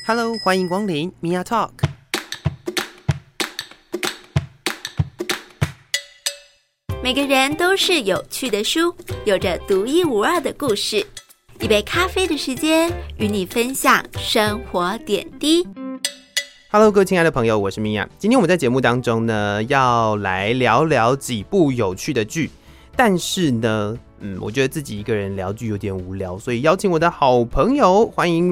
Hello， 欢迎光临 Mia Talk。 每个人都是有趣的书，有着独一无二的故事。一杯咖啡的时间，与你分享生活点滴。 Hello， 各位亲爱的朋友，我是 Mia。今天我们在节目当中呢，要来聊聊几部有趣的剧，但是呢，我觉得自己一个人聊剧有点无聊，所以邀请我的好朋友，欢迎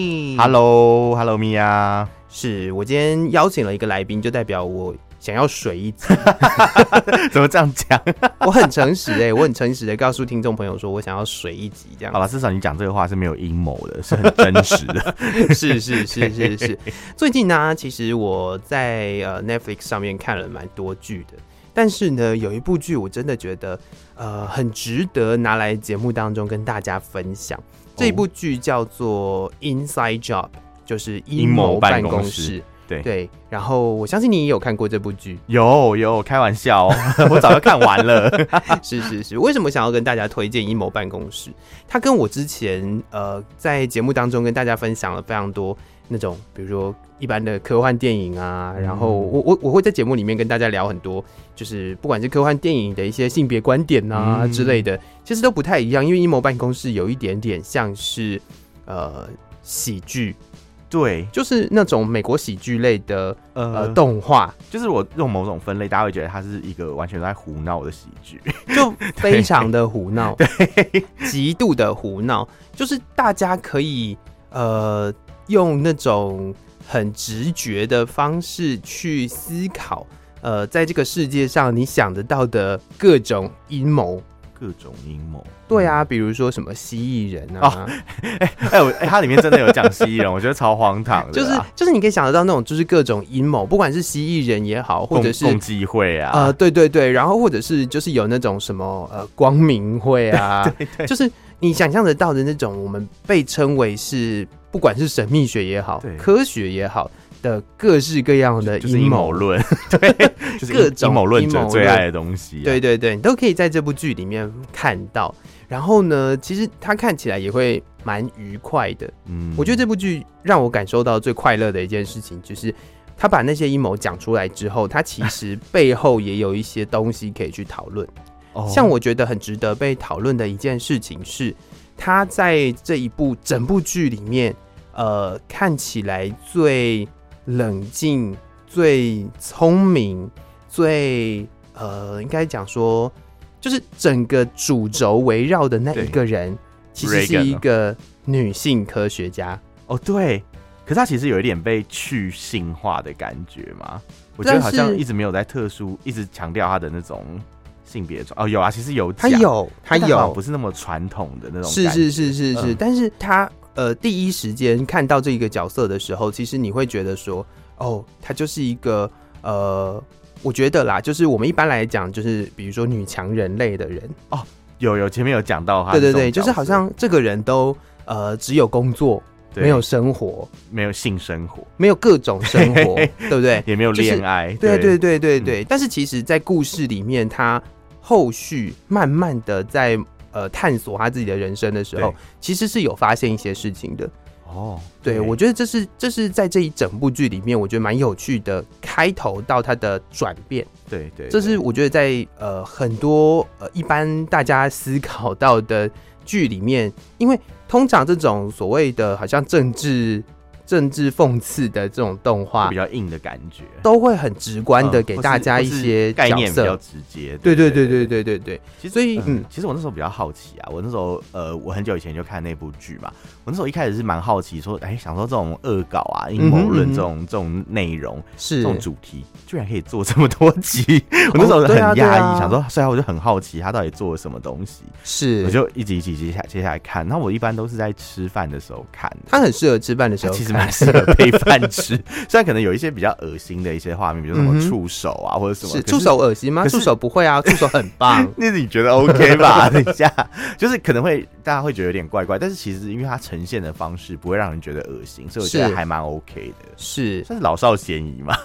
Roy。Hello Mia。 是我今天邀请了一个来宾，就代表我想要水一集。 怎么这样讲？ 我很诚实我很诚实的告诉听众朋友说，我想要水一集这样。 好了，至少你讲这个话是没有阴谋的，是很真实的。 是。最近呢，其实我在Netflix 上面看了蛮多剧的，但是呢，有一部剧我真的觉得很值得拿来节目当中跟大家分享。这一部剧叫做 Inside Job， 就是阴谋办公室。对，然后我相信你也有看过这部剧。 有，开玩笑我早就看完了。 是，为什么想要跟大家推荐阴谋办公室？它跟我之前在节目当中跟大家分享了非常多那种，比如说一般的科幻电影啊，然后我会在节目里面跟大家聊很多，就是不管是科幻电影的一些性别观点啊之类的，其实都不太一样，因为阴谋办公室有一点点像是喜剧。对，就是那种美国喜剧类的动画， 就是我用某种分类，大家会觉得它是一个完全在胡闹的喜剧， 就非常的胡闹，对，极度的胡闹，就是大家可以用那种很直觉的方式去思考，在这个世界上你想得到的各种阴谋。对啊，比如说什么蜥蜴人啊， 它里面真的有讲蜥蜴人，我觉得超荒唐的就是你可以想得到那种就是各种阴谋，不管是蜥蜴人也好，或者是共济会啊， 对，然后或者是就是有那种什么光明会啊，对，就是你想象得到的那种我们被称为是不管是神秘学也好，科学也好的各式各样的阴谋论，对， 就是各种阴谋论者最爱的东西对，你都可以在这部剧里面看到。然后呢，其实它看起来也会蛮愉快的。我觉得这部剧让我感受到最快乐的一件事情，就是他把那些阴谋讲出来之后，他其实背后也有一些东西可以去讨论。像我觉得很值得被讨论的一件事情是，他在这一部整部剧里面，看起来最冷静、最聪明、最应该讲说，就是整个主轴围绕的那一个人，其实是一个女性科学家。 对，可是她其实有一点被去性化的感觉嘛。我觉得好像一直没有在特殊，一直强调她的那种性别有啊，其实有讲， 她有， 不是那么传统的那种感觉。 是，但是她第一时间看到这个角色的时候，其实你会觉得说，她就是一个我觉得啦，就是我们一般来讲，就是比如说女强人类的人有前面有讲到她， 对，就是好像这个人都只有工作，没有生活， 没有性生活， 没有各种生活，对不对？ 也没有恋爱， 对。但是其实，在故事里面，他后续慢慢的在探索他自己的人生的时候，其实是有发现一些事情的。对，我觉得这是在这一整部剧里面，我觉得蛮有趣的开头到它的转变。对，这是我觉得在很多一般大家思考到的剧里面，因为通常这种所谓的好像政治讽刺的这种动画， 比较硬的感觉， 都会很直观的给大家一些概念比较直接。 对。 所以其实我那时候比较好奇啊，我那时候我很久以前就看那部剧嘛，我那时候一开始是蛮好奇说，想说这种恶搞啊、阴谋论这种内容，是这种主题，居然可以做这么多集，我那时候很压抑，想说，所以我就很好奇他到底做了什么东西，是我就一集接下来看。那我一般都是在吃饭的时候看， 他很适合吃饭的时候看， 其实蛮适合配饭吃。虽然可能有一些比较恶心的一些画面，比如什么触手啊，或者什么。是触手恶心吗？触手不会啊，触手很棒。 那你觉得 OK 吧？等一下，就是可能会大家会觉得有点怪怪，但是其实因为它呈现的方式不会让人觉得恶心，所以我觉得还蛮 OK 的。是，算是老少咸宜嘛？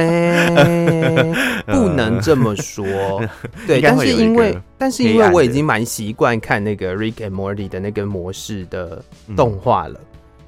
不能这么说。对，但是因为我已经蛮习惯看那个 Rick and Morty 的那个模式的动画了。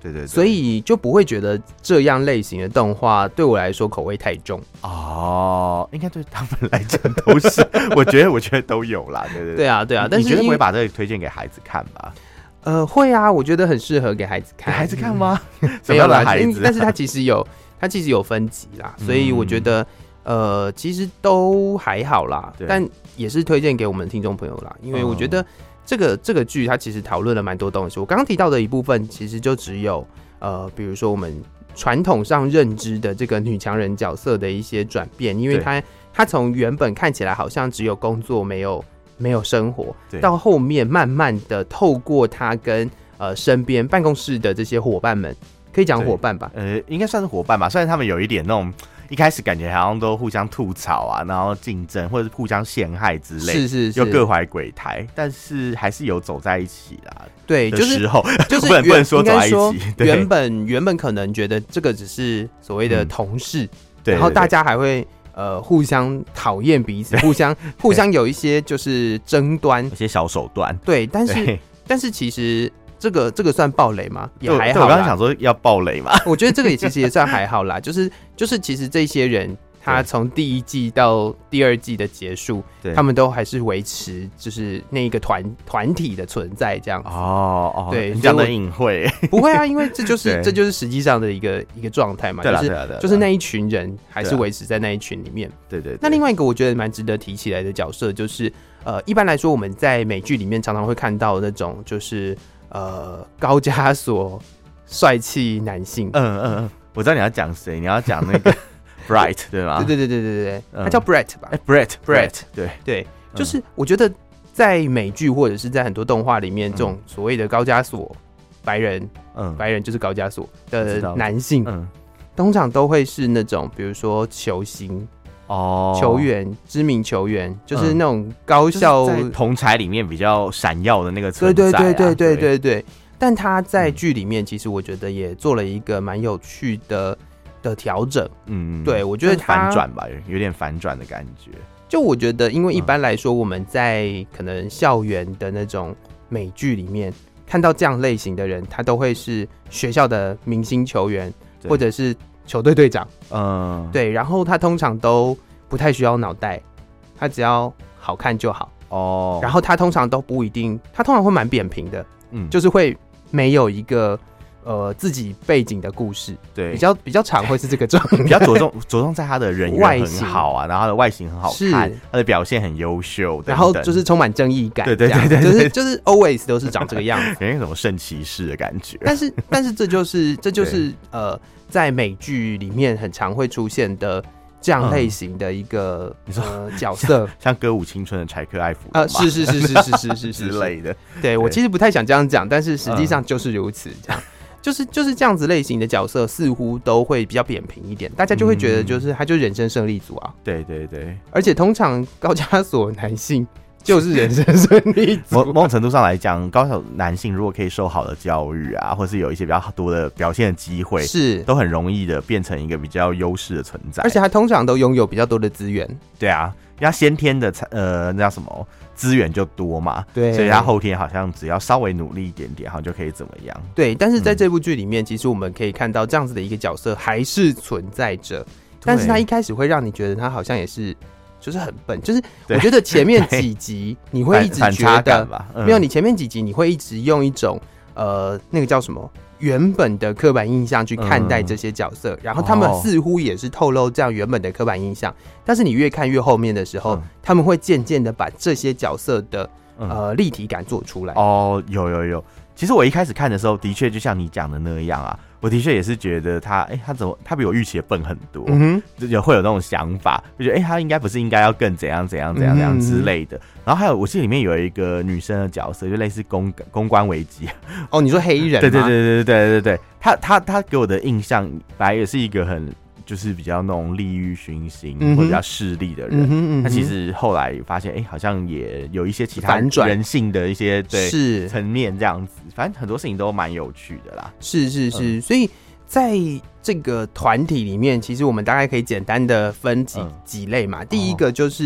对， 所以就不会觉得这样类型的动画对我来说口味太重哦。应该对他们来讲都是，我觉得都有啦，对对啊，但是你绝对不会把这个推荐给孩子看吧？ 会啊，我觉得很适合给孩子看。 给孩子看吗？ 没有啦，但是它其实有分级啦，所以我觉得其实都还好啦，但也是推荐给我们的听众朋友啦，因为我觉得这个剧它其实讨论了蛮多东西。我刚刚提到的一部分，其实就只有比如说我们传统上认知的这个女强人角色的一些转变，因为她从原本看起来好像只有工作没有生活，到后面慢慢的透过她跟身边办公室的这些伙伴们，可以讲伙伴吧？ 应该算是伙伴吧，虽然他们有一点那种。一开始感觉好像都互相吐槽啊，然后竞争或者是互相陷害之类， 是又各怀鬼胎，但是还是有走在一起啦。 对，就是不能说走在一起。 原本可能觉得这个只是所谓的同事，然后大家还会互相讨厌彼此，互相有一些就是争端， 有些小手段。 对，但是其实。这个算暴雷吗？也还好啦。 我刚刚想说要暴雷嘛， 我觉得这个其实也算还好啦。就是其实这些人他从第一季到第二季的结束，他们都还是维持就是那一个团体的存在这样子。对， 你讲的隐晦。 不会啊，因为这就是实际上的一个状态嘛。就是那一群人还是维持在那一群里面。对。那另外一个我觉得蛮值得提起来的角色就是，一般来说我们在美剧里面常常会看到那种就是。高加索帅气男性， 我知道你要讲谁，你要讲那个 Bright 对吗？ 对，他叫 Brett 吧 ？Brett， 对，就是我觉得在美剧或者是在很多动画里面，这种所谓的高加索白人就是高加索的男性，通常都会是那种比如说球星。球员，知名球员，就是那种高校在同侪里面比较闪耀的那个存在啊。 对。但他在剧里面，其实我觉得也做了一个蛮有趣的调整。对，我觉得他反转吧，有点反转的感觉。 就我觉得，因为一般来说，我们在可能校园的那种美剧里面看到这样类型的人，他都会是学校的明星球员，或者是。球队队长，对，然后他通常都不太需要脑袋，他只要好看就好然后他通常都不一定，他通常会蛮扁平的，就是会没有一个自己背景的故事， 对， 比较常会是这个状态， 比较着重在他的人缘很好啊，然后他的外形很好看，他的表现很优秀， 然后就是充满正义感，对，就是 always 都是长这个样子， 有点什么圣骑士的感觉。 但是这就是在美剧里面很常会出现的这样类型的一个角色， 像歌舞青春的柴克艾弗是之类的。 对，我其实不太想这样讲，但是实际上就是如此，这样就是这样子类型的角色似乎都会比较扁平一点，大家就会觉得就是他就是人生胜利组啊。 对， 而且通常高加索男性。就是人生胜利组。 某种程度上来讲，高小男性如果可以受好的教育啊，或是有一些比较多的表现的机会，都很容易的变成一个比较优势的存在。 而且他通常都拥有比较多的资源。 对啊，因为他先天的那叫什么资源就多嘛，对，所以他后天好像只要稍微努力一点点，好像就可以怎么样。 对，但是在这部剧里面，其实我们可以看到这样子的一个角色还是存在着，但是他一开始会让你觉得他好像也是。就是很笨，就是我觉得前面几集你会一直觉得没有，你前面几集你会一直用一种那个叫什么原本的刻板印象去看待这些角色，然后他们似乎也是透露这样原本的刻板印象，但是你越看越后面的时候，他们会渐渐的把这些角色的立体感做出来。 有，其实我一开始看的时候，的确就像你讲的那样啊。我的确也是觉得他他比我预期的笨很多，就会有那种想法，就觉得他应该不是应该要更怎样之类的。然后还有我记得里面有一个女生的角色，就类似公关危机。 你说黑人吗？ 对，他给我的印象本来也是一个很就是比较那种利欲熏心或者比较势利的人，他其实后来发现好像也有一些其他人性的一些对层面这样子，反正很多事情都蛮有趣的啦。 是，所以在这个团体里面，其实我们大概可以简单的分几类嘛。第一个就是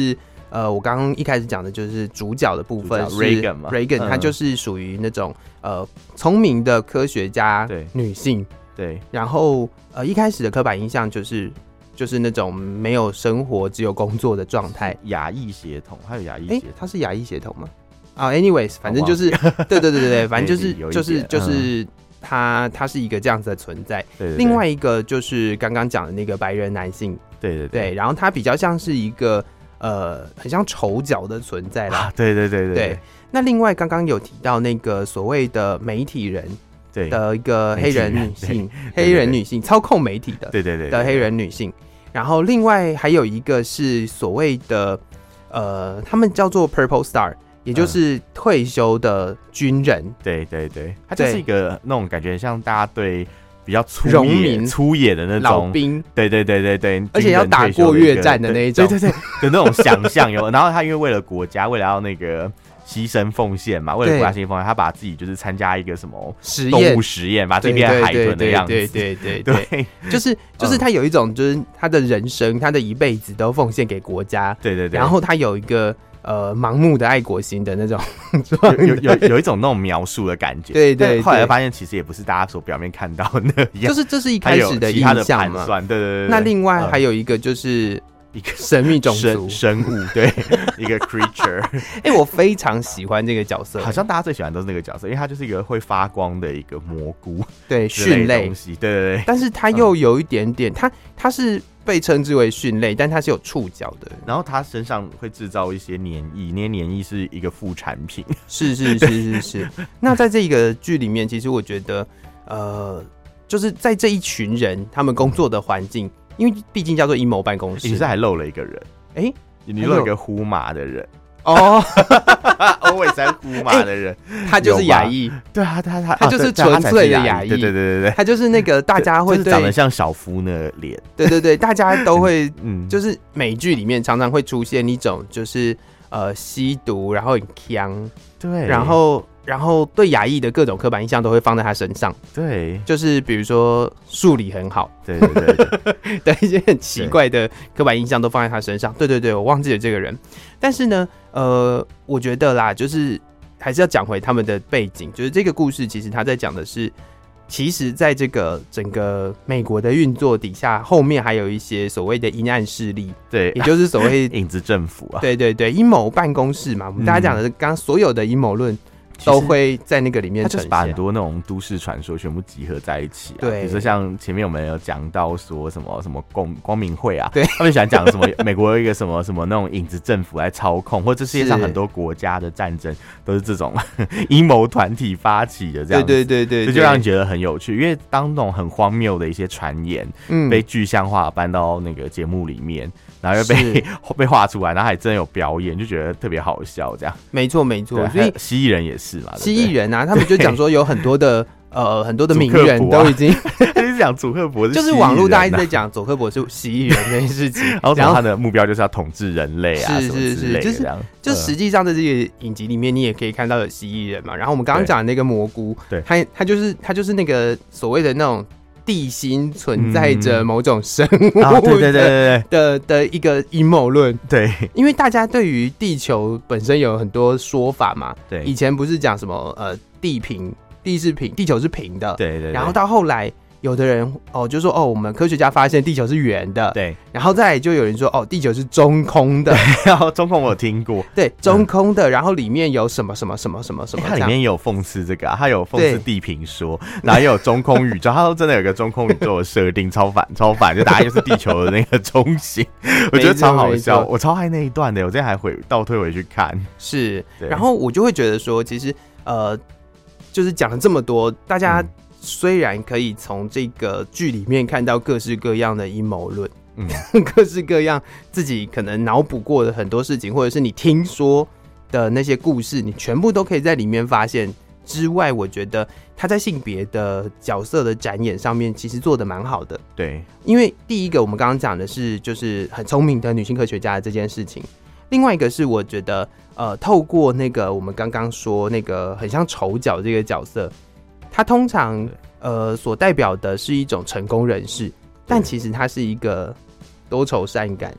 我刚刚一开始讲的就是主角的部分是 Reagan 嘛 ，Reagan 她就是属于那种聪明的科学家女性， 对， 然后一开始的刻板印象就是那种没有生活只有工作的状态， 亚裔血统，还有亚裔血统， 她是亚裔血统吗？anyways， 反正就是对，反正就是他是一个这样子的存在。 对， 另外一个就是刚刚讲的那个白人男性，对，然后他比较像是一个很像丑角的存在啦。对。那另外刚刚有提到那个所谓的媒体人的一个黑人女性，黑人女性操控媒体的， 对的黑人女性。然后另外还有一个是所谓的他们叫做 Purple Star。也就是退休的军人， 对，他就是一个那种感觉像大家对比较粗野的那种老兵， 对， 而且要打过越战的那一种， 对的那种想象有。然后他因为为了国家，为了要那个牺牲奉献嘛，为了国家牺牲奉献，他把自己就是参加一个什么动物实验，把自己变成海豚的样子， 对，就是他有一种就是他的人生，他的一辈子都奉献给国家， 对， 然后他有一个。盲目的爱国心的那种有一种那种描述的感觉， 对。 后来发现其实也不是大家所表面看到的那样， 就是这是一开始的印象嘛。 对。 那另外还有一个就是一个神秘种族生物，对，一个 creature。 我非常喜欢这个角色， 好像大家最喜欢都是那个角色，因为他就是一个会发光的一个蘑菇， 对，蕈类东西，对。 但是他又有一点点，他是。被称之为蕈类，但它是有触角的。 然后它身上会制造一些黏液，那些黏液是一个副产品。 是。那在这个剧里面，其实我觉得，就是在这一群人他们工作的环境，因为毕竟叫做阴谋办公室， 你是还漏了一个人，你漏了一个呼麻的人。always 在呼麻的人， 他就是亚裔， 对啊， 他就是纯粹的亚裔， 对， 他就是那个大家会长得像小夫那个脸， 对，大家都会，就是美剧里面常常会出现一种就是吸毒，然后很呛， 对， 然后对亚裔的各种刻板印象都会放在他身上， 对， 就是比如说数理很好， 对， 的一些很奇怪的刻板印象都放在他身上，对，我忘记了这个人，但是呢，我觉得啦，就是还是要讲回他们的背景，就是这个故事其实他在讲的是，其实在这个整个美国的运作底下，后面还有一些所谓的阴暗势力， 对， 也就是所谓影子政府啊， 对，阴谋办公室嘛，我们大家讲的刚刚所有的阴谋论。都会在那个里面呈现，他就是把很多那种都市传说全部集合在一起啊。 对， 比如说像前面我们有讲到说什么光明会啊， 对， 他们喜欢讲什么美国有一个什么那种影子政府来操控，或者世界上很多国家的战争都是这种阴谋团体发起的，这样子，对，这就让人觉得很有趣。因为当那种很荒谬的一些传言被具象化搬到那个节目里面。然后又被画出来，然后还真的有表演，就觉得特别好笑，这样。 没错，所以蜥蜴人也是嘛， 蜥蜴人啊，他们就讲说有很多的名人都已经就是讲祖克伯是， 就是网络大家一直在讲佐克伯是蜥蜴人这件事情， 然后他的目标就是要统治人类啊，是， 就实际上在这个影集里面，你也可以看到有蜥蜴人嘛。然后我们刚刚讲的那个蘑菇， 对， 他就是那个所谓的那种。地心存在着某种生物的一个阴谋论， 对， 因为大家对于地球本身有很多说法嘛， 对， 以前不是讲什么地是平，地球是平的， 对， 然后到后来有的人就说我们科学家发现地球是圆的， 对， 然后再来就有人说地球是中空的， 然后中空我有听过， 对，中空的，然后里面有什么， 它里面有讽刺这个它有讽刺地平说，然后也有中空宇宙，它都真的有个中空宇宙的设定，超反，就大概就是地球的那个中心，我觉得超好笑，我超爱那一段的，我之前还倒推回去看， 是，然后我就会觉得说，其实就是讲了这么多，大家。虽然可以从这个剧里面看到各式各样的阴谋论，各式各样自己可能脑补过的很多事情，或者是你听说的那些故事，你全部都可以在里面发现。之外，我觉得他在性别的角色的展演上面其实做得蛮好的。 对， 因为第一个我们刚刚讲的是就是很聪明的女性科学家的这件事情，另外一个是我觉得透过那个我们刚刚说那个很像丑角这个角色。他通常所代表的是一种成功人士，但其实他是一个多愁善感，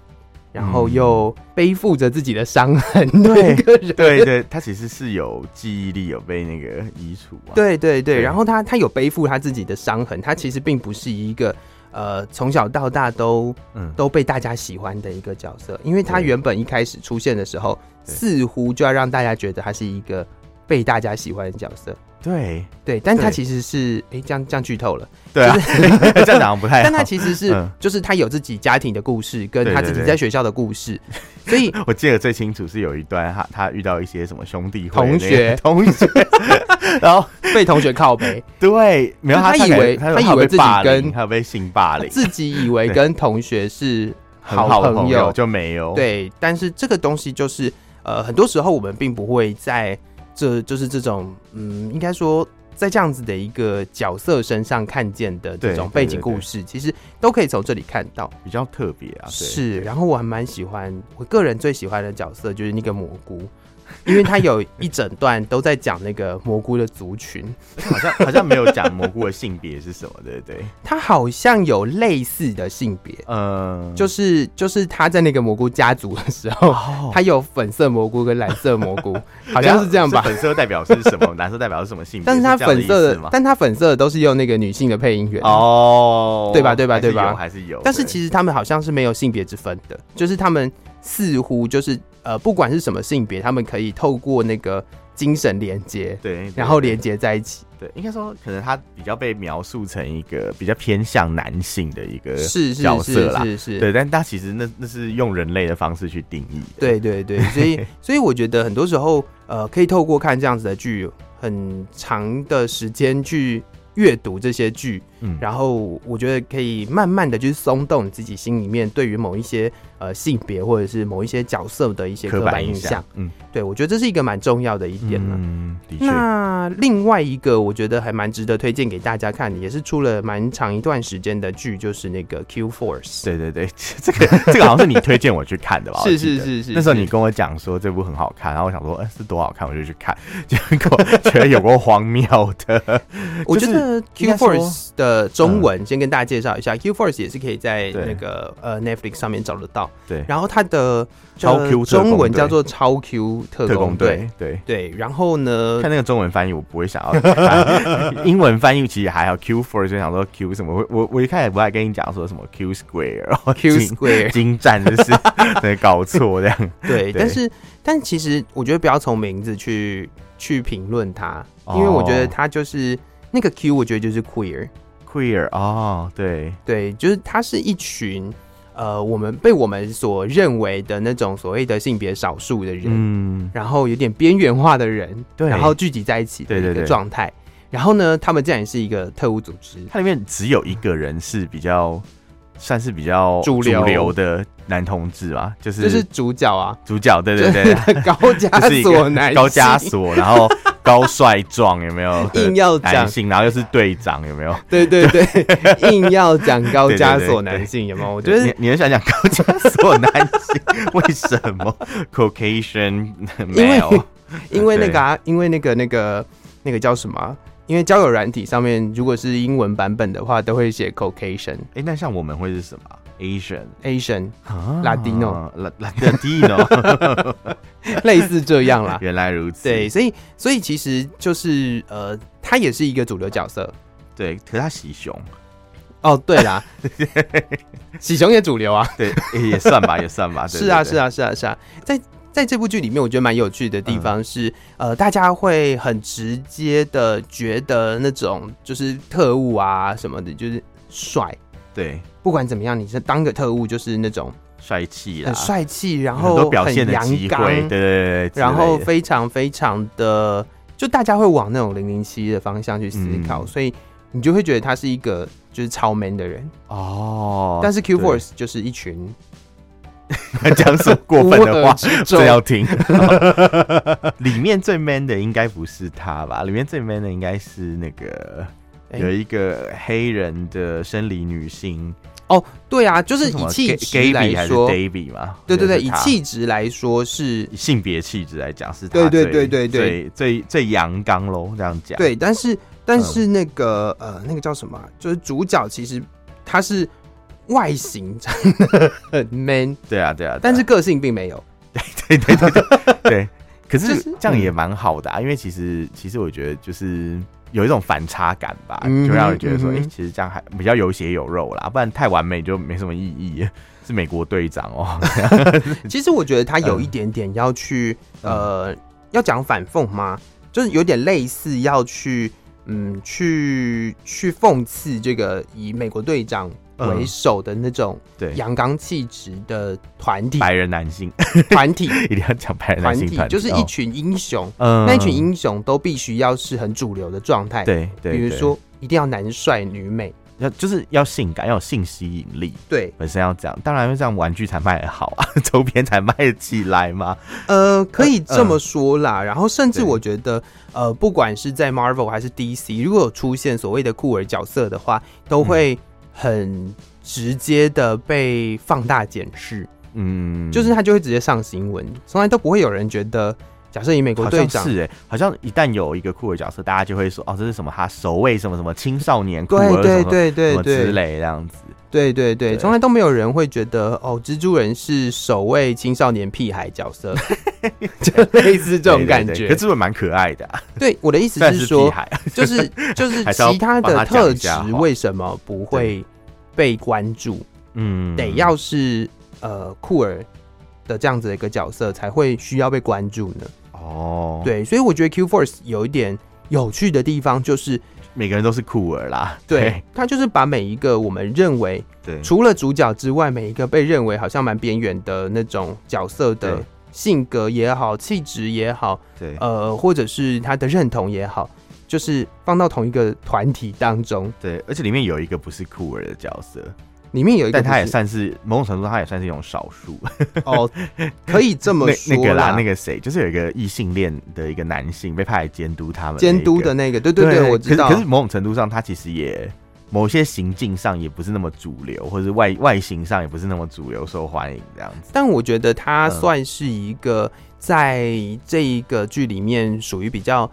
然后又背负着自己的伤痕的一个人。 对对，他其实是有记忆力有被那个移除啊。 对对对，然后他有背负他自己的伤痕，他其实并不是一个从小到大都被大家喜欢的一个角色，因为他原本一开始出现的时候，似乎就要让大家觉得他是一个被大家喜欢的角色。 对对，但他其实是这样剧透了， 对啊，这样讲不太好。 但他其实是就是他有自己家庭的故事，跟他自己在学校的故事，所以我记得最清楚是有一段他遇到一些什么兄弟会同学， 然后被同学靠北， 对，没有他以为自己跟他有被性霸凌， 自己以为跟同学是好朋友就没有。 对，但是这个东西就是很多时候我们并不会在就是这种应该说在这样子的一个角色身上看见的这种背景故事，其实都可以从这里看到， 比较特别啊。 是，然后我还蛮喜欢，我个人最喜欢的角色就是那个蘑菇。因为他有一整段都在讲那个蘑菇的族群， 好像没有讲蘑菇的性别是什么，对不对？ 他好像有类似的性别，就是他在那个蘑菇家族的时候，他有粉色蘑菇跟蓝色蘑菇，好像是这样吧？ 粉色代表是什么？蓝色代表是什么性别？ 但是他粉色的都是用那个女性的配音员哦，对吧？ 还是有， 但是其实他们好像是没有性别之分的，就是他们似乎就是不管是什么性别，他们可以透过那个精神连接， 对， 然后连接在一起。 对，应该说可能他比较被描述成一个比较偏向男性的一个角色啦， 是， 对，但他其实那是用人类的方式去定义的。 对对对，所以我觉得很多时候可以透过看这样子的剧，很长的时间去阅读这些剧，然后我觉得可以慢慢的去松动你自己心里面对于某一些性别或者是某一些角色的一些刻板印象。对，我觉得这是一个蛮重要的一点了。的确。那另外一个我觉得还蛮值得推荐给大家看的，也是出了蛮长一段时间的剧，就是那个 Q Force。 对对对，这个好像是你推荐我去看的吧？ 是。 那时候你跟我讲说这部很好看，然后我想说，是多好看，我就去看，结果觉得有够荒谬的。 我觉得 Q Force 的中文先跟大家介绍一下，Q Force 也是可以在那个Netflix 上面找得到。对，然后它的超 Q 中文叫做超 Q 特工队。 对， 然后呢， 看那个中文翻译我不会想要看，英文翻译其实还好。Q Force 就想说 Q 什么，我一开始不爱跟你讲说什么 Q Square 精战就是对搞错这样。 对，但其实我觉得不要从名字去评论它，因为我觉得它就是那个 Q， 我觉得就是 queer 哦，对， 就是它是一群我们所认为的那种所谓的性别少数的人，然后有点边缘化的人，然后聚集在一起的一个状态。然后呢，他们竟然是一个特务组织， 它里面只有一个人是算是比较主流的男同志嘛，就是主角啊， 对， 高加索男性， 高加索，然后高帅壮有没有？ 硬要讲男性，然后又是队长有没有？ 对，硬要讲高加索男性有没有？我觉得你很喜欢讲高加索男性，为什么 ？Caucasian male？ 因为那个叫什么？因为交友软体上面，如果是英文版本的话，都会写 Caucasian。 那像我们会是什么 ？Asian、 Latino、类似这样啦。 原来如此。 对，所以其实就是他也是一个主流角色。 对，可是他喜熊。 哦，对啦，喜熊也主流啊。 对，也算吧。对是啊。在这部剧里面，我觉得蛮有趣的地方是，大家会很直接的觉得那种就是特务啊什么的，就是帅。 对， 不管怎么样，你是当个特务就是那种帅气啦， 很帅气，然后很多表现的机会，对， 然后非常非常的，就大家会往那种007的方向去思考，所以你就会觉得他是一个就是超 man 的人哦。但是 Q Force 就是一群。 讲什么过分的话，这要听。里面最 man 的应该不是他吧？里面最 man 的应该是那个有一个黑人的生理女性。 哦，对啊，就是以气质来说 ，Davy 嘛， 对，以气质来说是性别气质来讲是他对最阳刚咯，这样讲。 对，但是那个那个叫什么？就是主角其实他是。 外形长得很 man， 对啊， 但是个性并没有。 对。可是这样也蛮好的啊，因为其实我觉得就是有一种反差感吧，就让人觉得说，其实这样还比较有血有肉啦，不然太完美就没什么意义。是美国队长哦。 其实我觉得他有一点点要去要讲反讽吗？就是有点类似要去去讽刺这个以美国队长为首的那种阳刚气质的团体， 白人男性团体一定要讲白人男性团体， 就是一群英雄，那一群英雄都必须要是很主流的状态， 对， 比如说一定要男帅女美， 就是要性感，要有性吸引力， 对， 本身要这样，当然这样玩具才卖得好啊，周边才卖得起来嘛。 可以这么说啦。然后甚至我觉得，不管是在 Marvel 还是 DC， 如果有出现所谓的酷儿角色的话，都会很直接的被放大检视，就是他就会直接上新闻，从来都不会有人觉得。假设以美国队长是好像一旦有一个酷儿角色，大家就会说这是什么他守卫什么什么青少年酷儿什么之类这样子。 对，从来都没有人会觉得蜘蛛人是守卫青少年屁孩角色，就类似这种感觉。 可是蜘蛛人蛮可爱的啊。 对，我的意思是说，就是其他的特质为什么不会被关注？得要是酷儿的这样子的一个角色才会需要被关注呢。对，所以我觉得 Q-Force 有一点有趣的地方就是每个人都是酷儿啦。 对，他就是把每一个我们认为除了主角之外，每一个被认为好像蛮边缘的那种角色的性格也好，气质也好，或者是他的认同也好，就是放到同一个团体当中。 对，而且里面有一个不是酷儿的角色。 里面有一个， 但他也算是某种程度上，他也算是一种少数可以这么说那个啦，那个谁，就是有一个异性恋的一个男性被派来监督他们， 监督的那个，对，我知道。 可是某种程度上，他其实也某些行径上也不是那么主流，或者外形上也不是那么主流受欢迎这样子。 但我觉得他算是一个在这一个剧里面属于比较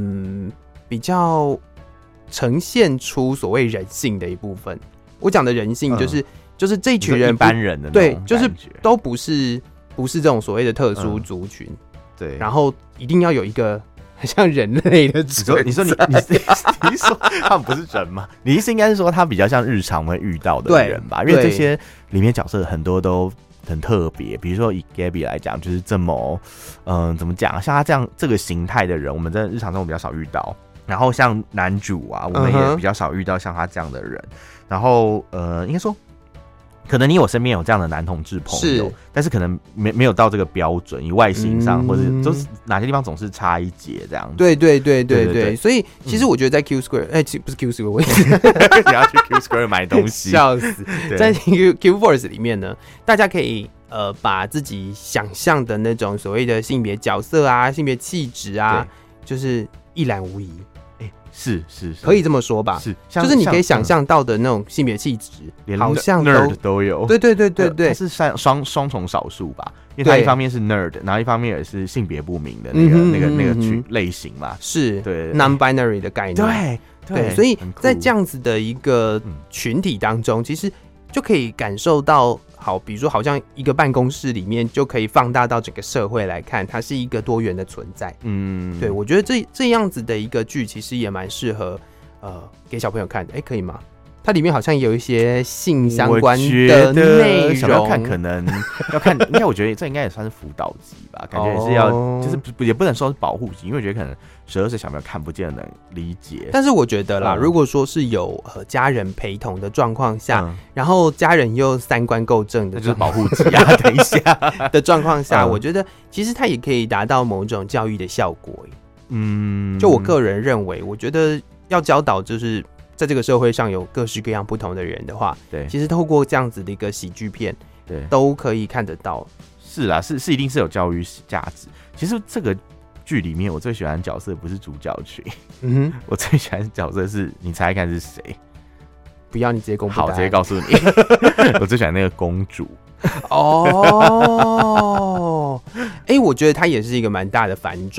呈现出所谓人性的一部分。我讲的人性就是这群人一般人的对，就是都不是这种所谓的特殊族群， 对， 然后一定要有一个很像人类的存在。 你说他们不是人吗？你意思应该是说他比较像日常会遇到的人吧？因为这些里面角色很多都很特别，比如说以 Gabby 来讲，就是这么怎么讲？像他这样这个形态的人，我们在日常中比较少遇到。然后像男主啊，我们也比较少遇到像他这样的人。然后应该说，可能你我身边有这样的男同志朋友，但是可能没有到这个标准，以外形上或者就是哪些地方总是差一截这样子。 对，所以其实我觉得在 Q Square，不是 Q Square， 我你要去 Q Square 买东西， 笑死！在 Q Force 里面呢，大家可以把自己想象的那种所谓的性别角色啊、性别气质啊，就是一览无遗。 是， 可以这么说吧？就是你可以想象到的那种性别气质，好像 nerd 都有。 对，它是双重少数吧？因为它一方面是 nerd， 然后一方面也是性别不明的那个类型嘛。 是， 对 non-binary 的概念。对，所以在这样子的一个群体当中，其实就可以感受到。好，比如说，好像一个办公室里面就可以放大到整个社会来看，它是一个多元的存在。对，我觉得这样子的一个剧，其实也蛮适合给小朋友看的。可以吗？它里面好像有一些性相关的内容， 小朋友看可能要看，应该我觉得这应该也算是辅导级吧，感觉也是要，就是也不能说是保护级，因为我觉得可能12岁小朋友看不见能理解。 但是我觉得啦，如果说是有家人陪同的状况下，然后家人又三观够正的， 就是保护级啊，等一下的状况下，我觉得其实它也可以达到某种教育的效果。就我个人认为，我觉得要教导就是在这个社会上有各式各样不同的人的话，对，其实透过这样子的一个喜剧片，对，都可以看得到。 是啦，是一定是有教育价值。其实这个剧里面，我最喜欢的角色不是主角群，我最喜欢的角色是你猜看是谁？ 不要，你直接公布。 好，直接告诉你，我最喜欢那个公主。 我觉得她也是一个蛮大的反转。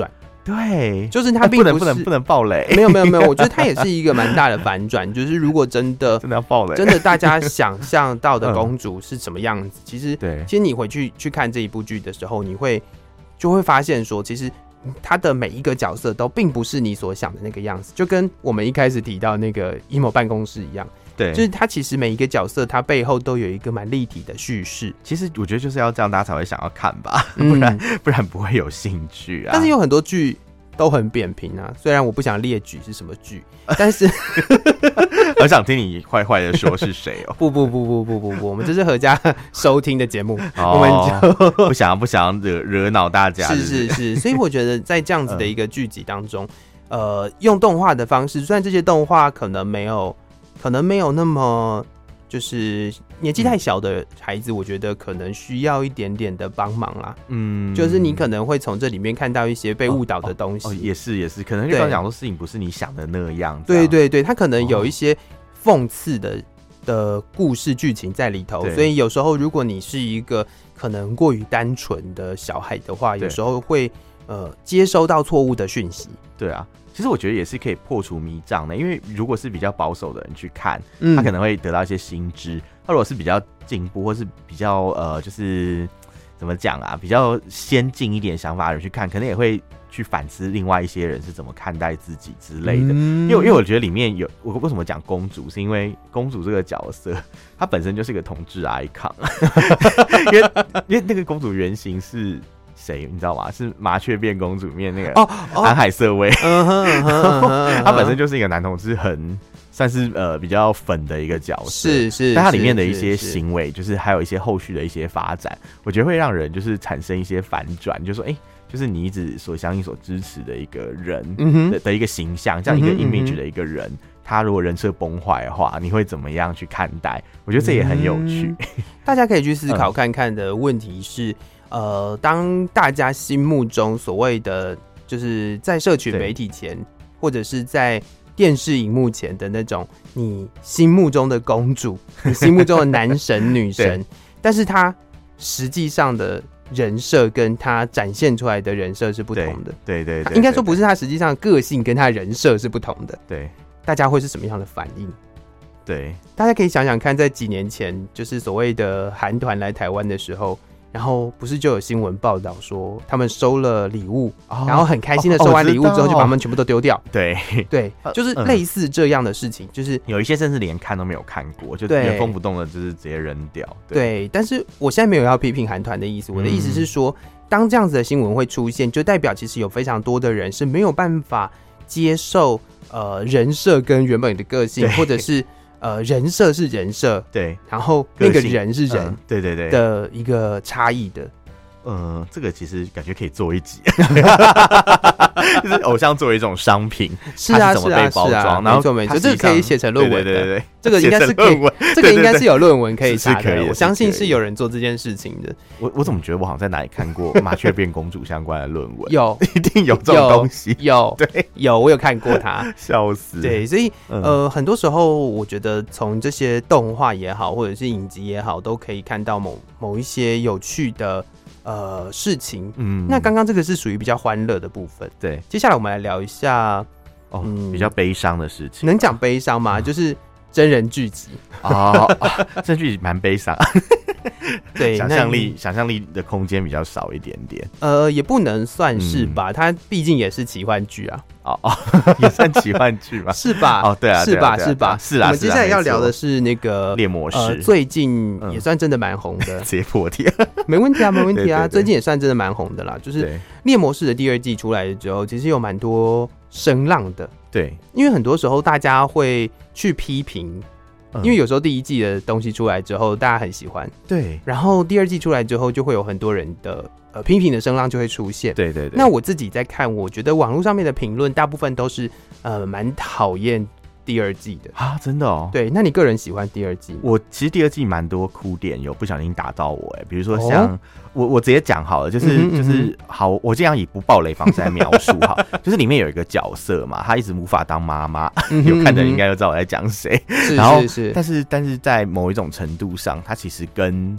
对， 就是它并不能爆雷， 没有，我觉得它也是一个蛮大的反转，就是如果真的要爆雷， 真的大家想象到的公主是什么样子，其实你回去看这一部剧的时候，就会发现说，其实他的每一个角色都并不是你所想的那个样子，就跟我们一开始提到那个阴谋办公室一样。 对， 就是他其实每一个角色，他背后都有一个蛮立体的叙事。 其实我觉得就是要这样，大家才会想要看吧，不然不会有兴趣啊。 但是有很多剧都很扁平啊，虽然我不想列举是什么剧，但是很想听你坏坏的说是谁哦。 不，我们这是合家收听的节目，我们就不想惹恼大家。 是，所以我觉得在这样子的一个剧集当中，用动画的方式，虽然这些动画可能没有那么，就是年纪太小的孩子，我觉得可能需要一点点的帮忙啦。就是你可能会从这里面看到一些被误导的东西。 也是，可能就刚讲说事情不是你想的那样。 对，他可能有一些讽刺的故事剧情在里头，所以有时候如果你是一个可能过于单纯的小孩的话，有时候会接收到错误的讯息。 对啊。其实我觉得也是可以破除迷障的，因为如果是比较保守的人去看，他可能会得到一些新知；他如果是比较进步或是比较就是怎么讲啊，比较先进一点想法的人去看，可能也会去反思另外一些人是怎么看待自己之类的。因为我觉得里面有我为什么讲公主，是因为公主这个角色她本身就是一个同志 icon， 因为那个公主原型是。谁你知道吗？是《麻雀变公主》里面那个安海瑟薇，他本身就是一个男同志，很算是比较粉的一个角色， 是， 但他里面的一些行为，就是还有一些后续的一些发展，我觉得会让人就是产生一些反转，就说就是你一直所相信、所支持的一个人的一个形象，这样一个 image 的一个人，他如果人设崩坏的话，你会怎么样去看待？我觉得这也很有趣， 大家可以去思考看看的问题是。当大家心目中所谓的就是在社群媒体前，或者是在电视荧幕前的那种你心目中的公主，你心目中的男神女神，但是他实际上的人设跟他展现出来的人设是不同的。 对， 应该说不是他实际上的个性跟他人设是不同的。 对， 大家会是什么样的反应？ 对， 大家可以想想看，在几年前，就是所谓的韩团来台湾的时候。然后不是就有新闻报道说他们收了礼物，然后很开心的收完礼物之后就把他们全部都丢掉。 对， 就是类似这样的事情，就是有一些甚至连看都没有看过，就原封不动的就是直接扔掉。 对，但是我现在没有要批评韩团的意思，我的意思是说，当这样子的新闻会出现，就代表其实有非常多的人是没有办法接受人设跟原本的个性，或者是。人设是人设， 对， 然后那个人是人， 对的一个差异的。 这个其实感觉可以做一集，就是偶像作为一种商品， 是啊， 怎么被包装， 然后没错，这个可以写成论文的， 对， 这个应该是可以，这个应该是有论文可以查的，我相信是有人做这件事情的。 我怎么觉得我好像在哪里看过麻雀变公主相关的论文？ 有， 一定有这种东西， 有，我有看过它， 笑死。 对，所以很多时候我觉得从这些动画也好，或者是影集也好，都可以看到某一些有趣的。事情，那刚刚这个是属于比较欢乐的部分， 对。 接下来我们来聊一下， 比较悲伤的事情， 能讲悲伤吗？就是真人剧集真人剧集蛮悲伤， 对， 想象力的空间比较少一点点， 也不能算是吧，它毕竟也是奇幻剧啊。 也算奇幻剧吧？ 是吧？ 对啊， 是吧？ 我们接下来要聊的是那个猎魔士， 最近也算真的蛮红的。 直接破题， 没问题啊，最近也算真的蛮红的啦。就是猎魔士的第2季出来之后，其实有蛮多声浪的。 对， 因为很多时候大家会去批评。因为有时候第1季的东西出来之后，大家很喜欢， 对， 然后第2季出来之后，就会有很多人的批评的声浪就会出现， 对。 那我自己在看，我觉得网络上面的评论大部分都是蛮讨厌第2季的啊，真的哦。 对，那你个人喜欢第2季吗？ 我其实第2季蛮多哭点有不小心打到我，比如说像我直接讲好了，就是好，我这样以不爆雷方式来描述哈，就是里面有一个角色嘛，他一直无法当妈妈，有看的人应该就知道我在讲谁。然后但是在某一种程度上，他其实跟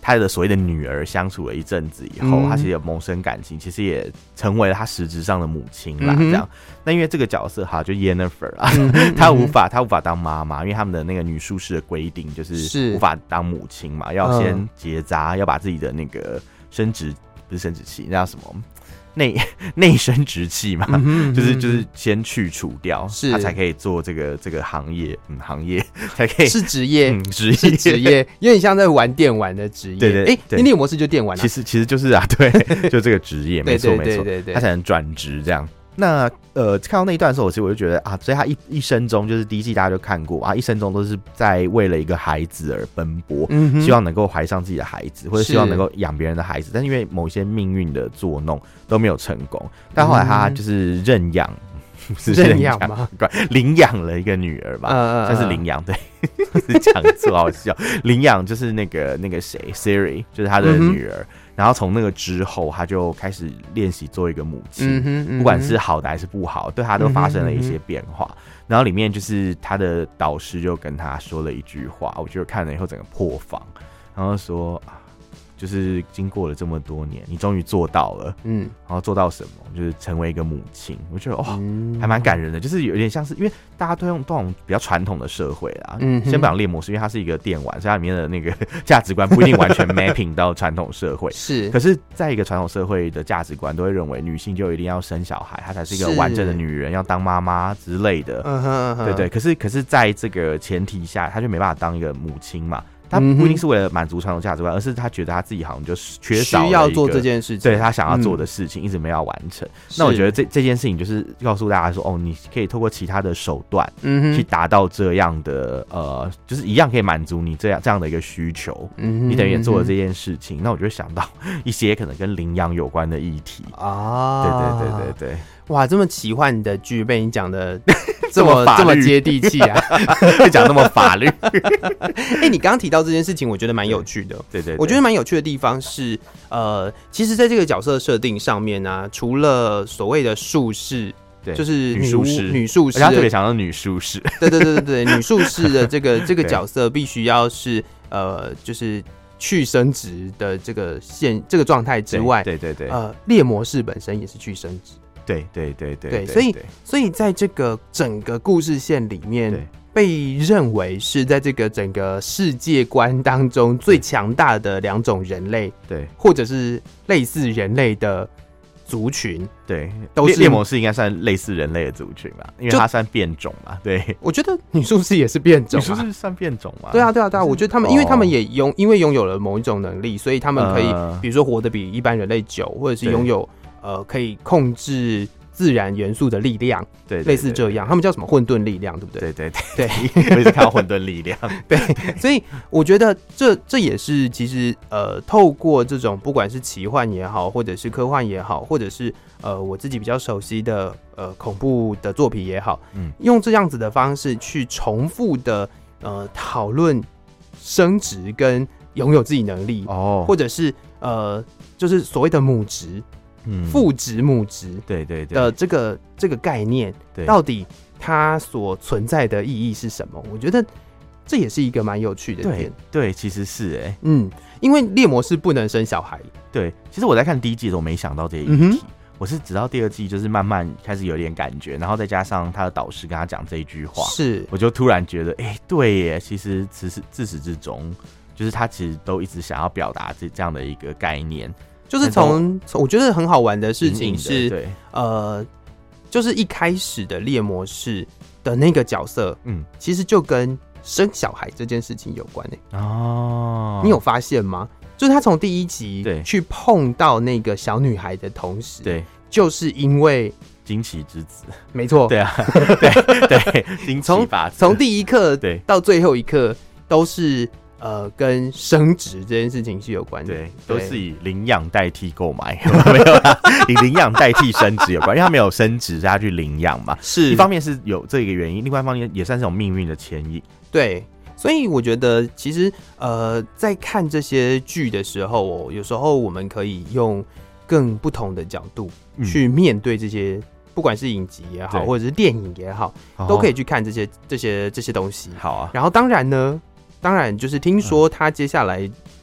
他的所谓的女儿相处了一阵子以后，他其实有萌生感情，其实也成为了他实质上的母亲啦。这样，那因为这个角色哈，就 Yennefer 啊，他无法当妈妈，因为他们的那个女术士的规定就是无法当母亲嘛，要先结扎，要把自己的那个不是生殖器，那叫什么？内生殖器嘛，就是先去除掉，他才可以做这个行业，才可以是职业， 是职业，有点像在玩电玩的职业。 对， 猎魔士就电玩啊， 其实就是啊，对，就这个职业，没错，他才能转职这样。那看到那一段的时候，我就觉得啊，所以他一生中就是第一季大家就看过啊，一生中都是在为了一个孩子而奔波，希望能够怀上自己的孩子，或者希望能够养别人的孩子，但是因为某些命运的作弄都没有成功。但后来他就是认养吗？领养了一个女儿吧，算是领养，对，讲错好笑。领养就是那个谁 Ciri， 就是他的女儿。然后从那个之后，他就开始练习做一个母亲，不管是好的还是不好，对他都发生了一些变化。然后里面就是他的导师就跟他说了一句话，我觉得看了以后整个破防，然后说就是经过了这么多年，你终于做到了，然后做到什么？就是成为一个母亲。我觉得还蛮感人的，就是有点像是因为大家都用这种比较传统的社会啦，先不讲猎魔士，因为它是一个电玩，所以它里面的那个价值观不一定完全 mapping 到传统社会， 是。 可是在一个传统社会的价值观都会认为女性就一定要生小孩，她才是一个完整的女人，要当妈妈之类的，对。可是在这个前提下，她就没办法当一个母亲嘛。他不一定是为了满足传统价值观，而是他觉得他自己好像就缺少了需要做这件事情， 对他想要做的事情一直没有完成。那我觉得这件事情就是告诉大家说，你可以透过其他的手段，去达到这样的就是一样可以满足你这样的一个需求。你等于也做了这件事情，那我就想到一些可能跟领养有关的议题啊。对。 哇，这么奇幻的剧被你讲的这么接地气啊， 会讲那么法律。 你刚刚提到这件事情，我觉得蛮有趣的。 对， 我觉得蛮有趣的地方是，其实在这个角色设定上面呢，除了所谓的术士，就是女术士， 他特别强调女术士。 对，女术士的这个角色必须要是就是去生殖的这个状态之外， 对， 猎魔士本身也是去生殖。 对， 所以在这个整个故事线里面，被认为是在这个整个世界观当中最强大的两种人类，对，或者是类似人类的族群， 对，都是猎魔士应该算类似人类的族群吧，因为它算变种嘛。对， 我觉得女术士也是变种， 女术士算变种嘛？ 对啊，我觉得他们，因为他们也因为拥有了某一种能力，所以他们可以，比如说活得比一般人类久，或者是拥有。可以控制自然元素的力量，对，类似这样，他们叫什么混沌力量，对不对？ 对，我一直看到混沌力量， 对，所以我觉得这也是其实透过这种不管是奇幻也好，或者是科幻也好，或者是我自己比较熟悉的恐怖的作品也好，用这样子的方式去重复的讨论生殖跟拥有自己能力，或者是就是所谓的母职。父职母职对的这个概念，到底它所存在的意义是什么？我觉得这也是一个蛮有趣的点。 对，其实是因为猎魔士不能生小孩。 对，其实我在看第一季的时候没想到这些议题，我是直到第二季就是慢慢开始有点感觉，然后再加上他的导师跟他讲这一句话，我就突然觉得，对耶，其实自始至终，就是他其实都一直想要表达这样的一个概念。 就是我觉得很好玩的事情是，就是一开始的猎魔士的那个角色，其实就跟生小孩这件事情有关你有发现吗？就是他从第一集去碰到那个小女孩的同时，就是因为惊奇之子， 没错， 对啊，对，惊奇法子， 从第一刻到最后一刻都是。跟生殖这件事情是有关的， 对，都是以领养代替购买，没有啦，以领养代替生殖有关，因为他没有生殖，他去领养嘛。是一方面是有这个原因，另外一方面也算是一种命运的牵引。 对，所以我觉得其实在看这些剧的时候，有时候我们可以用更不同的角度去面对这些。不管是影集也好，或者是电影也好，都可以去看这些东西。 好啊， 然后当然就是听说他接下来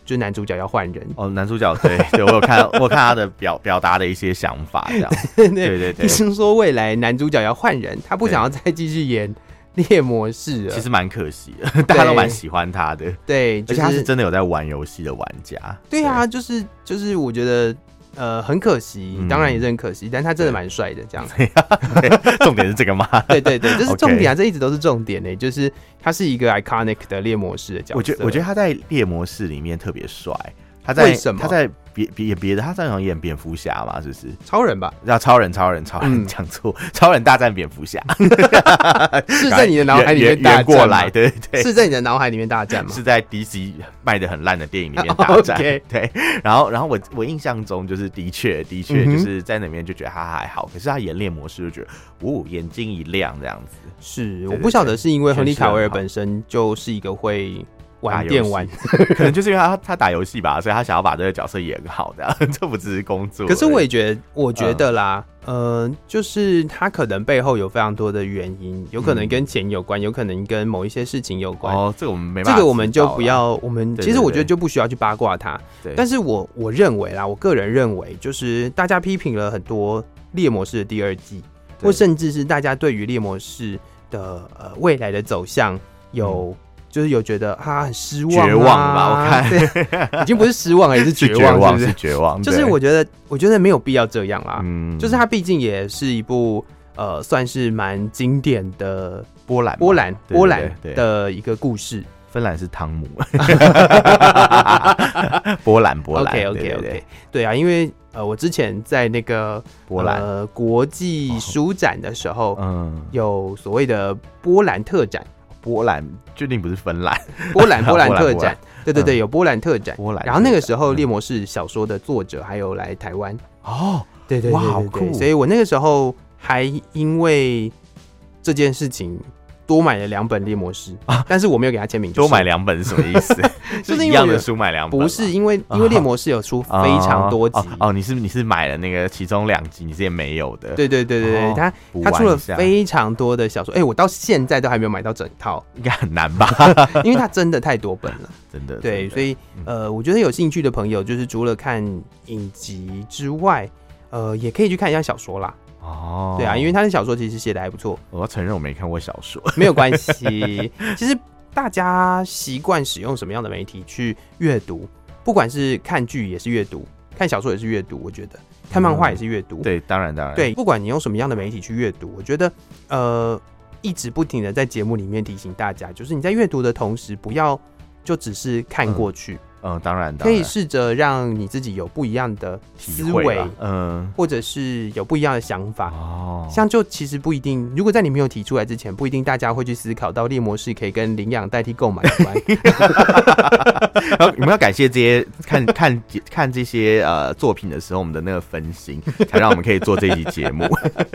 就男主角要换人哦，男主角对我有看他的表达的一些想法，这样对， 听说未来男主角要换人，他不想要再继续演猎魔士了， 其实蛮可惜的，大家都蛮喜欢他的， 对， 而且他是真的有在玩游戏的玩家， 对啊，就是我觉得。很可惜，当然也是很可惜，但他真的蛮帅的，这样。 重点是这个吗？ 对，这是重点啊，这一直都是重点呢，就是他是一个 iconic 的猎魔士的角色。 我觉得他在猎魔士里面特别帅， 为什么？ 他在别的，他在演蝙蝠侠嘛，是不是？ 超人吧？ 叫超人讲错，超人大战蝙蝠侠， 是在你的脑海里面大战过来，对， 是在你的脑海里面大战吗？ 是在 DC 卖的很烂的电影里面大战，对。然后我印象中就是的确就是在那边就觉得他还好，可是他演猎魔士就觉得眼睛一亮这样子。 是，我不晓得是因为亨利卡维尔本身就是一个会玩电玩， 可能就是因为他打游戏吧，所以他想要把这个角色演好的，这不只是工作。 可是我觉得啦，就是他可能背后有非常多的原因，有可能跟钱有关，有可能跟某一些事情有关。 这个我们没办法， 这个我们就不要，其实我觉得就不需要去八卦他。 对， 但是我认为啦，我个人认为，就是大家批评了很多猎魔士的第二季，或甚至是大家对于猎魔士的未来的走向就是有觉得很失望、 绝望吧？我看已经不是失望了，也是绝望， 是绝望。 就是我觉得没有必要这样啦。就是它毕竟也是一部算是蛮经典的波兰的一个故事。 芬兰是汤姆，波兰。 OK， 对啊，因为我之前在那个波兰国际书展的时候，有所谓的波兰特展。 波兰确定不是芬兰？ 波兰特展，对，有波兰特展。然后那个时候，猎魔士小说的作者还有来台湾哦， 对， 哇，好酷！ 所以我那个时候还因为这件事情多买了2本猎魔士，但是我没有给他签名。 多买2本是什么意思？ 就是一样的书买2本？ 不是，因为猎魔士有出非常多集。 你是买了那个其中2集你之前没有的？ 对，他出了非常多的小说。我到现在都还没有买到整套， 应该很难吧？ 因为他真的太多本了， 真的。 对，所以我觉得有兴趣的朋友，就是除了看影集之外，也可以去看一下小说啦。对啊，因为他的小说其实写的还不错。 我要承认我没看过小说， 没有关系。其实大家习惯使用什么样的媒体去阅读，不管是看剧也是阅读，看小说也是阅读，我觉得看漫画也是阅读。 对，当然。 对，不管你用什么样的媒体去阅读，我觉得一直不停的在节目里面提醒大家，就是你在阅读的同时，不要就只是看过去。 当然可以试着让你自己有不一样的思维，或者是有不一样的想法。像就其实不一定，如果在你没有提出来之前，不一定大家会去思考到猎魔士可以跟领养代替购买有关。 然后我们要感谢这些看这些作品的时候，我们的那个分心，才让我们可以做这一集节目。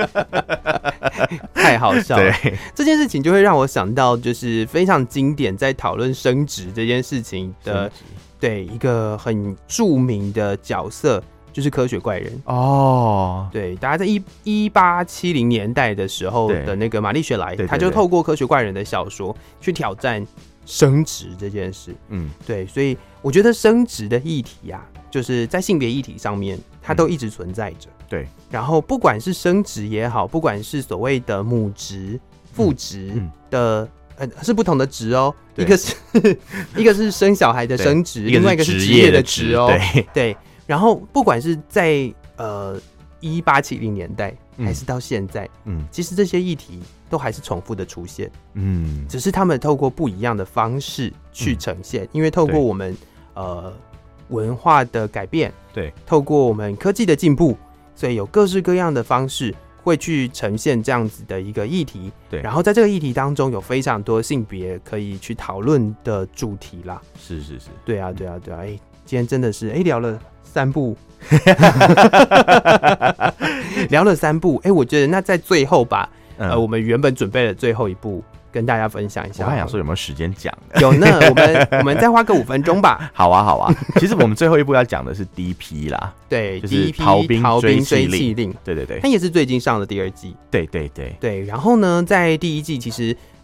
太好笑了！ 对， 这件事情就会让我想到，就是非常经典，在讨论升职这件事情的。对，一个很著名的角色就是科学怪人对，大家在1870年代的时候的那个玛丽雪莱，他就透过科学怪人的小说去挑战升职这件事。对，所以我觉得升职的议题啊，就是在性别议题上面，它都一直存在着。 对， 然后不管是升职也好，不管是所谓的母职、父职的。是不同的职哦，一个是生小孩的生职，另外一个是职业的职哦。对，然后不管是在1870年代还是到现在，其实这些议题都还是重复的出现，只是他们透过不一样的方式去呈现，因为透过我们文化的改变，对，透过我们科技的进步，所以有各式各样的方式。会去呈现这样子的一个议题，对，然后在这个议题当中有非常多性别可以去讨论的主题啦。是，对啊，今天真的是聊了3部，聊了3部，我觉得那在最后吧，我们原本准备了最后一部。跟大家分享一下， 我还想说有没有时间讲的？ 有呢，我们再花个5分钟吧。 好啊。其实我们最后一步要讲的是 DP 啦， 对， 就是逃兵追缉令，对， 它也是最近上的第2季。 对。 然后呢，在第1季其实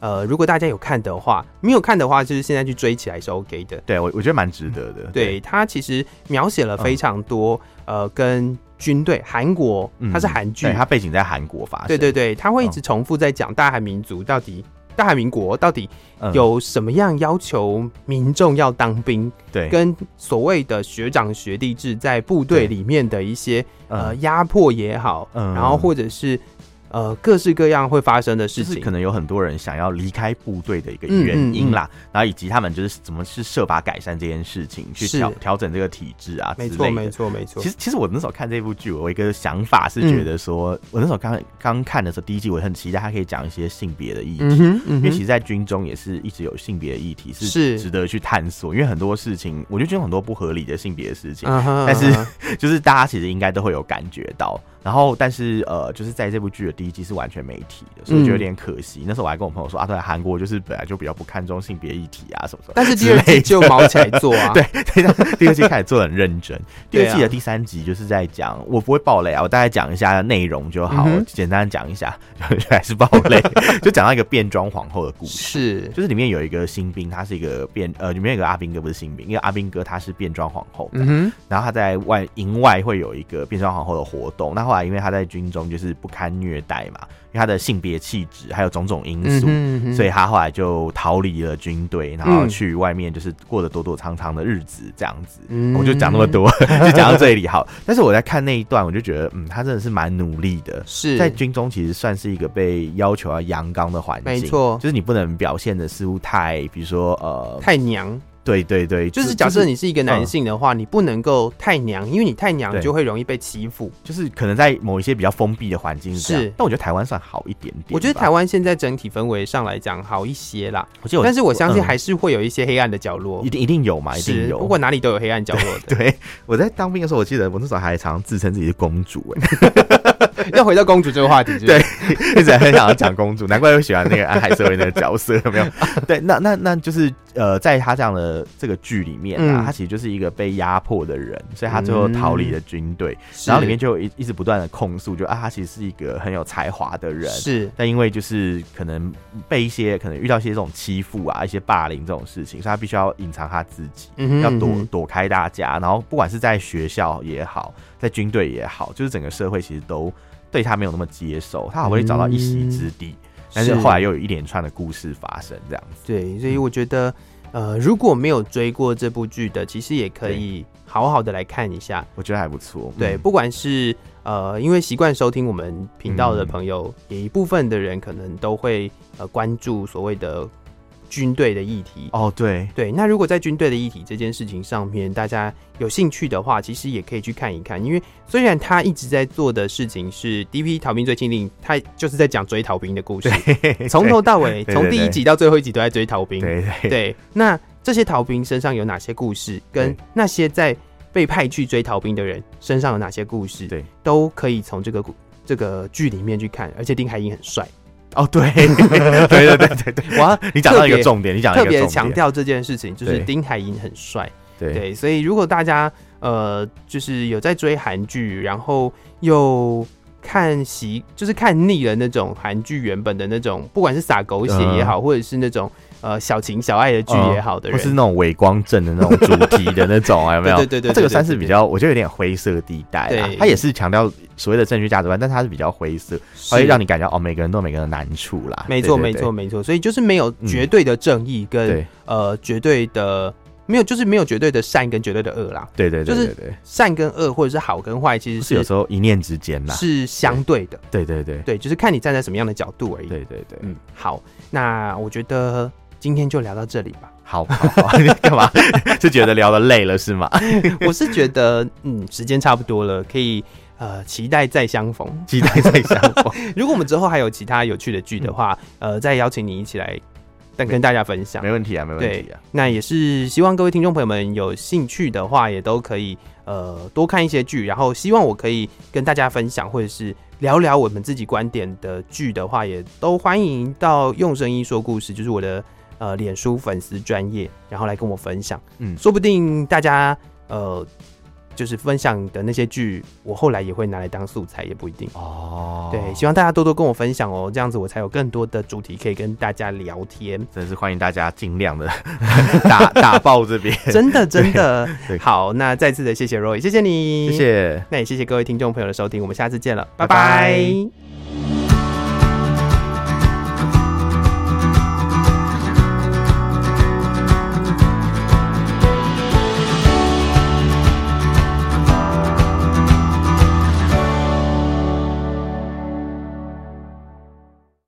如果大家有看的话，没有看的话，就是现在去追起来是 OK 的。 对，我觉得蛮值得的。 对，它其实描写了非常多，跟军队，韩国，它是韩剧， 对，它背景在韩国发生。 对对对，它会一直重复在讲大韩民族到底。大韩民国到底有什么样要求民众要当兵？ 对， 跟所谓的学长学弟制在部队里面的一些压迫也好，然后或者是各式各样会发生的事情， 就是可能有很多人想要离开部队的一个原因啦，然后以及他们就是怎么去设法改善这件事情，去调整这个体制啊之类的。 没错。 其实我那时候看这部剧，我有一个想法是觉得说，我那时候刚看的时候，第一季我很期待它可以讲一些性别的议题，因为其实在军中也是一直有性别的议题是值得去探索，因为很多事情，我就觉得很多不合理的性别的事情，但是就是大家其实应该都会有感觉到。然后，但是就是在这部剧的第一季是完全没提的，所以我觉得有点可惜。那时候我还跟我朋友说啊，对，韩国就是本来就比较不看重性别议题啊什么什么， 但是第二季就毛起来做啊， 对，第二季开始做得很认真。第二季的第3集就是在讲，我不会爆雷啊，我大概讲一下内容就好，简单讲一下，还是爆雷，就讲到一个变装皇后的故事，就是里面有一个新兵，他是一个里面有一个阿兵哥，不是新兵，因为阿兵哥他是变装皇后的，然后他在营外会有一个变装皇后的活动，那后来因为他在军中就是不堪虐待嘛，因为他的性别气质还有种种因素，所以他后来就逃离了军队，然后去外面就是过得躲躲藏藏的日子这样子。我就讲那么多，就讲到这里好。但是我在看那一段，我就觉得他真的是蛮努力的，是在军中其实算是一个被要求要阳刚的环境，没错，就是你不能表现的似乎太，比如说太娘。 对对对， 就是假设你是一个男性的话，你不能够太娘，因为你太娘就会容易被欺负。 就是可能在某一些比较封闭的环境是这样，但我觉得台湾算好一点点。 我觉得台湾现在整体氛围上来讲好一些啦，但是我相信还是会有一些黑暗的角落， 一定有嘛，一定有。 不过哪里都有黑暗角落的。 对，我在当兵的时候，我记得我那时候还常自称自己是公主要回到公主这个话题， 对，一直很想要讲公主，难怪会喜欢那个安海瑟薇那个角色，有没有？对，那就是在他这样的这个剧里面啊，他其实就是一个被压迫的人，所以他最后逃离了军队，然后里面就有一直不断的控诉，就他其实是一个很有才华的人，是，但因为就是可能被可能遇到一些这种欺负啊、一些霸凌这种事情，所以他必须要隐藏他自己，要躲开大家，然后不管是在学校也好，在军队也好，就是整个社会其实都对他没有那么接受，他好不容易找到一席之地，但是后来又有一连串的故事发生，这样子。 对，所以我觉得，如果没有追过这部剧的，其实也可以好好的来看一下， 我觉得还不错。 对，不管是因为习惯收听我们频道的朋友，也一部分的人可能都会关注所谓的军队的议题。 哦，对对，那如果在军队的议题这件事情上面，大家有兴趣的话，其实也可以去看一看。因为虽然他一直在做的事情是 DP 逃兵追缉令，他就是在讲追逃兵的故事，从头到尾，从第一集到最后一集都在追逃兵。对，那这些逃兵身上有哪些故事，跟那些在被派去追逃兵的人身上有哪些故事，对，都可以从这个剧里面去看。而且丁海寅很帅。 哦，对，对，哇，你讲到一个重点，你讲到一个重点， 特别强调这件事情，就是丁海寅很帅，对，所以如果大家就是有在追韩剧，然后又就是看腻了那种韩剧原本的那种，不管是撒狗血也好，或者是那种小情小爱的剧也好的人， 或是那种伪光正的那种主题的那种，有没有？对，这个算是比较，我觉得有点灰色地带啦。它也是强调所谓的正确价值观，但它是比较灰色，会让你感觉每个人都有每个人的难处啦。 没错，所以就是没有绝对的正义跟绝对的。没有绝对的善跟绝对的恶啦。对，就是善跟恶或者是好跟坏，其实是有时候一念之间啦， 是相对的。 对， 就是看你站在什么样的角度而已。 对， 好，那我觉得今天就聊到这里吧。 好，你干嘛？是觉得聊得累了是吗？ 我是觉得时间差不多了，可以期待再相逢。如果我们之后还有其他有趣的剧的话，再邀请你一起来跟大家分享。 没问题啊。 那也是希望各位听众朋友们有兴趣的话，也都可以多看一些剧，然后希望我可以跟大家分享，或者是聊聊我们自己观点的剧的话，也都欢迎到用声音说故事，就是我的脸书粉丝专页，然后来跟我分享。说不定大家就是分享的那些剧，我后来也会拿来当素材，也不一定哦。对，希望大家多多跟我分享哦，这样子我才有更多的主题可以跟大家聊天。 真的是欢迎大家尽量的打爆这边， 真的。好，那再次的谢谢 Roy， 谢谢你， 谢谢。 那也谢谢各位听众朋友的收听，我们下次见了，拜拜。